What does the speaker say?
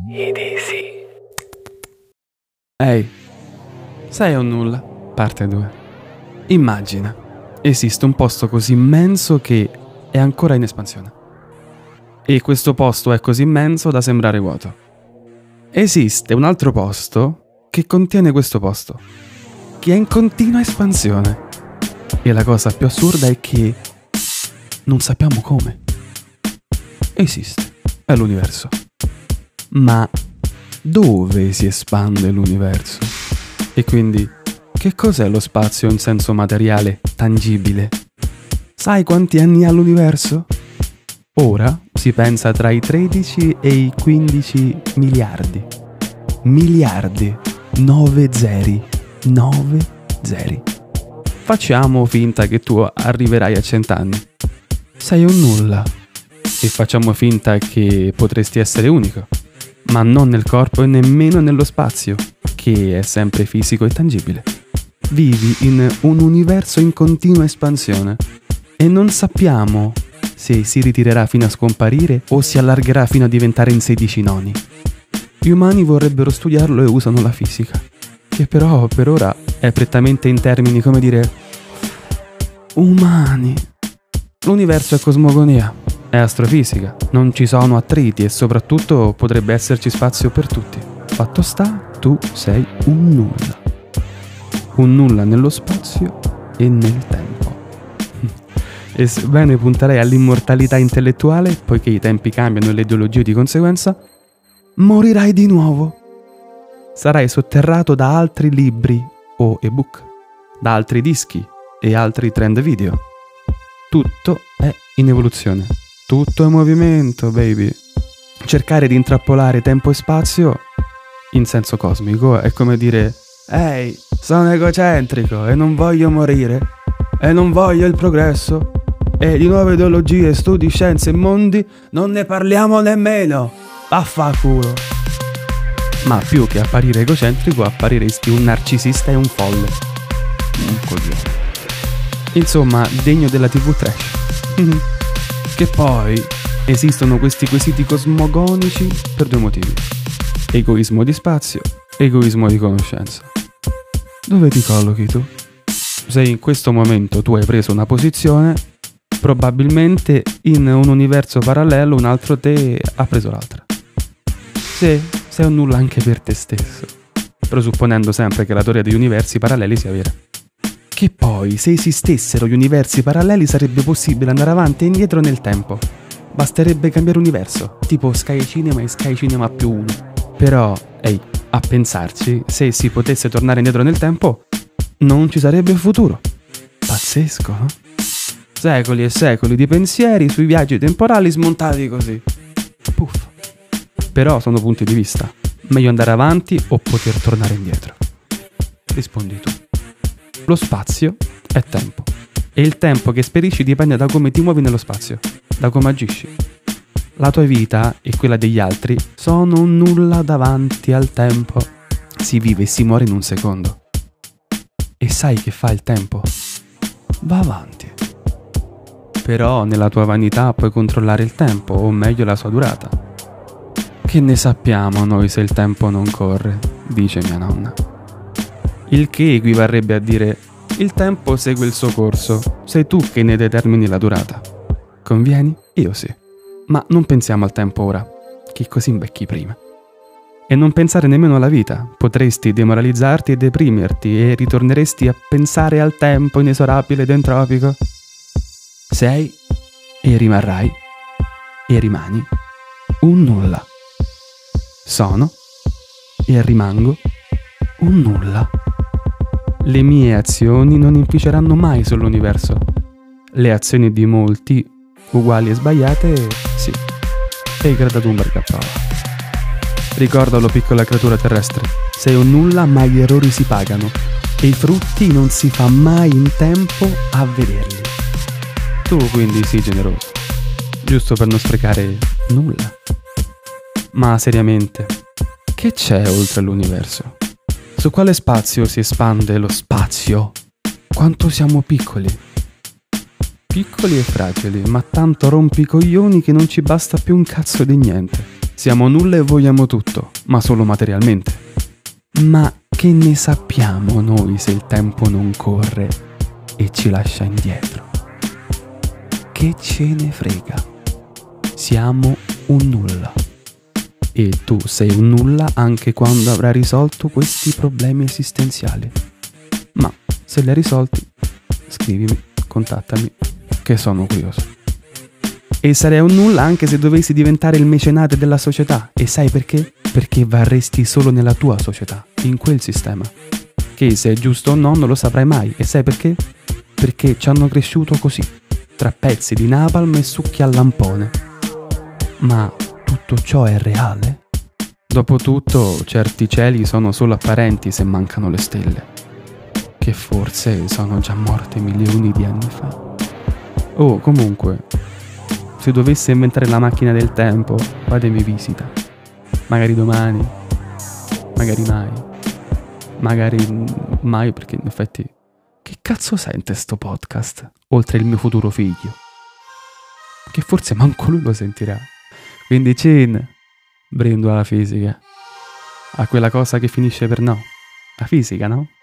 EDC. Ehi, sei o nulla? Parte 2. Immagina, esiste un posto così immenso che è ancora in espansione. E questo posto è così immenso da sembrare vuoto. Esiste un altro posto che contiene questo posto, che è in continua espansione. E la cosa più assurda è che non sappiamo come. Esiste, è l'universo. Ma dove si espande l'universo? E quindi, che cos'è lo spazio in senso materiale, tangibile? Sai quanti anni ha l'universo? Ora si pensa tra i 13 e i 15 miliardi. Miliardi. 9 zeri. 9 zeri. Facciamo finta che tu arriverai a 100 anni. Sei un nulla. E facciamo finta che potresti essere unico. Ma non nel corpo e nemmeno nello spazio, che è sempre fisico e tangibile. Vivi in un universo in continua espansione e non sappiamo se si ritirerà fino a scomparire o si allargherà fino a diventare in 16 noni. Gli umani vorrebbero studiarlo e usano la fisica, che però per ora è prettamente in termini, come dire, umani. L'universo è cosmogonia, è astrofisica, non ci sono attriti e soprattutto potrebbe esserci spazio per tutti. Fatto sta, tu sei un nulla. Un nulla nello spazio e nel tempo. E sebbene punterei all'immortalità intellettuale, poiché i tempi cambiano e le ideologie di conseguenza, morirai di nuovo. Sarai sotterrato da altri libri o ebook, da altri dischi e altri trend video. Tutto è in evoluzione. Tutto è movimento, baby. Cercare di intrappolare tempo e spazio in senso cosmico è come dire: ehi, sono egocentrico e non voglio morire e non voglio il progresso e di nuove ideologie, studi, scienze e mondi non ne parliamo nemmeno. Vaffanculo. Ma più che apparire egocentrico appariresti un narcisista e un folle. Un coglione. Insomma, degno della TV trash. Che poi esistono questi quesiti cosmogonici per due motivi: egoismo di spazio, egoismo di conoscenza. Dove ti collochi tu? Se in questo momento tu hai preso una posizione, probabilmente in un universo parallelo un altro te ha preso l'altra. Se sei un nulla anche per te stesso, presupponendo sempre che la teoria degli universi paralleli sia vera. Che poi, se esistessero gli universi paralleli, sarebbe possibile andare avanti e indietro nel tempo. Basterebbe cambiare universo, tipo Sky Cinema e Sky Cinema più 1. Però, a pensarci, se si potesse tornare indietro nel tempo, non ci sarebbe futuro. Pazzesco, no? Secoli e secoli di pensieri sui viaggi temporali smontati così. Puff. Però sono punti di vista. Meglio andare avanti o poter tornare indietro? Rispondi tu. Lo spazio è tempo. E il tempo che sperisci dipende da come ti muovi nello spazio, da come agisci. La tua vita e quella degli altri sono un nulla davanti al tempo. Si vive e si muore in un secondo. E sai che fa il tempo? Va avanti. Però nella tua vanità puoi controllare il tempo, o meglio la sua durata. Che ne sappiamo noi se il tempo non corre, dice mia nonna. Il che equivarrebbe a dire: il tempo segue il suo corso, sei tu che ne determini la durata. Convieni? Io sì. Ma non pensiamo al tempo ora, che così invecchi prima. E non pensare nemmeno alla vita, potresti demoralizzarti e deprimerti e ritorneresti a pensare al tempo inesorabile ed entropico. Sei e rimarrai e rimani un nulla. Sono e rimango un nulla. Le mie azioni non inficeranno mai sull'universo. Le azioni di molti, uguali e sbagliate, sì. E Greta Thunberg approva. Ricordalo, piccola creatura terrestre, sei un nulla ma gli errori si pagano e i frutti non si fa mai in tempo a vederli. Tu quindi sii generoso, giusto per non sprecare nulla. Ma seriamente, che c'è oltre l'universo? Su quale spazio si espande lo spazio? Quanto siamo piccoli? Piccoli e fragili, ma tanto rompicoglioni che non ci basta più un cazzo di niente. Siamo nulla e vogliamo tutto, ma solo materialmente. Ma che ne sappiamo noi se il tempo non corre e ci lascia indietro? Che ce ne frega? Siamo un nulla. E tu sei un nulla anche quando avrai risolto questi problemi esistenziali. Ma se li hai risolti, scrivimi, contattami, che sono curioso. E sarei un nulla anche se dovessi diventare il mecenate della società. E sai perché? Perché varresti solo nella tua società, in quel sistema. Che se è giusto o no non lo saprai mai. E sai perché? Perché ci hanno cresciuto così, tra pezzi di napalm e succhi al lampone. Ma tutto ciò è reale? Dopotutto, certi cieli sono solo apparenti se mancano le stelle, che forse sono già morte milioni di anni fa. Oh, comunque, se dovesse inventare la macchina del tempo, fatemi visita. Magari domani, magari mai perché in effetti, che cazzo sente sto podcast? Oltre il mio futuro figlio, che forse manco lui lo sentirà. Quindi Cin, brindo alla fisica, a quella cosa che finisce per no. La fisica, no?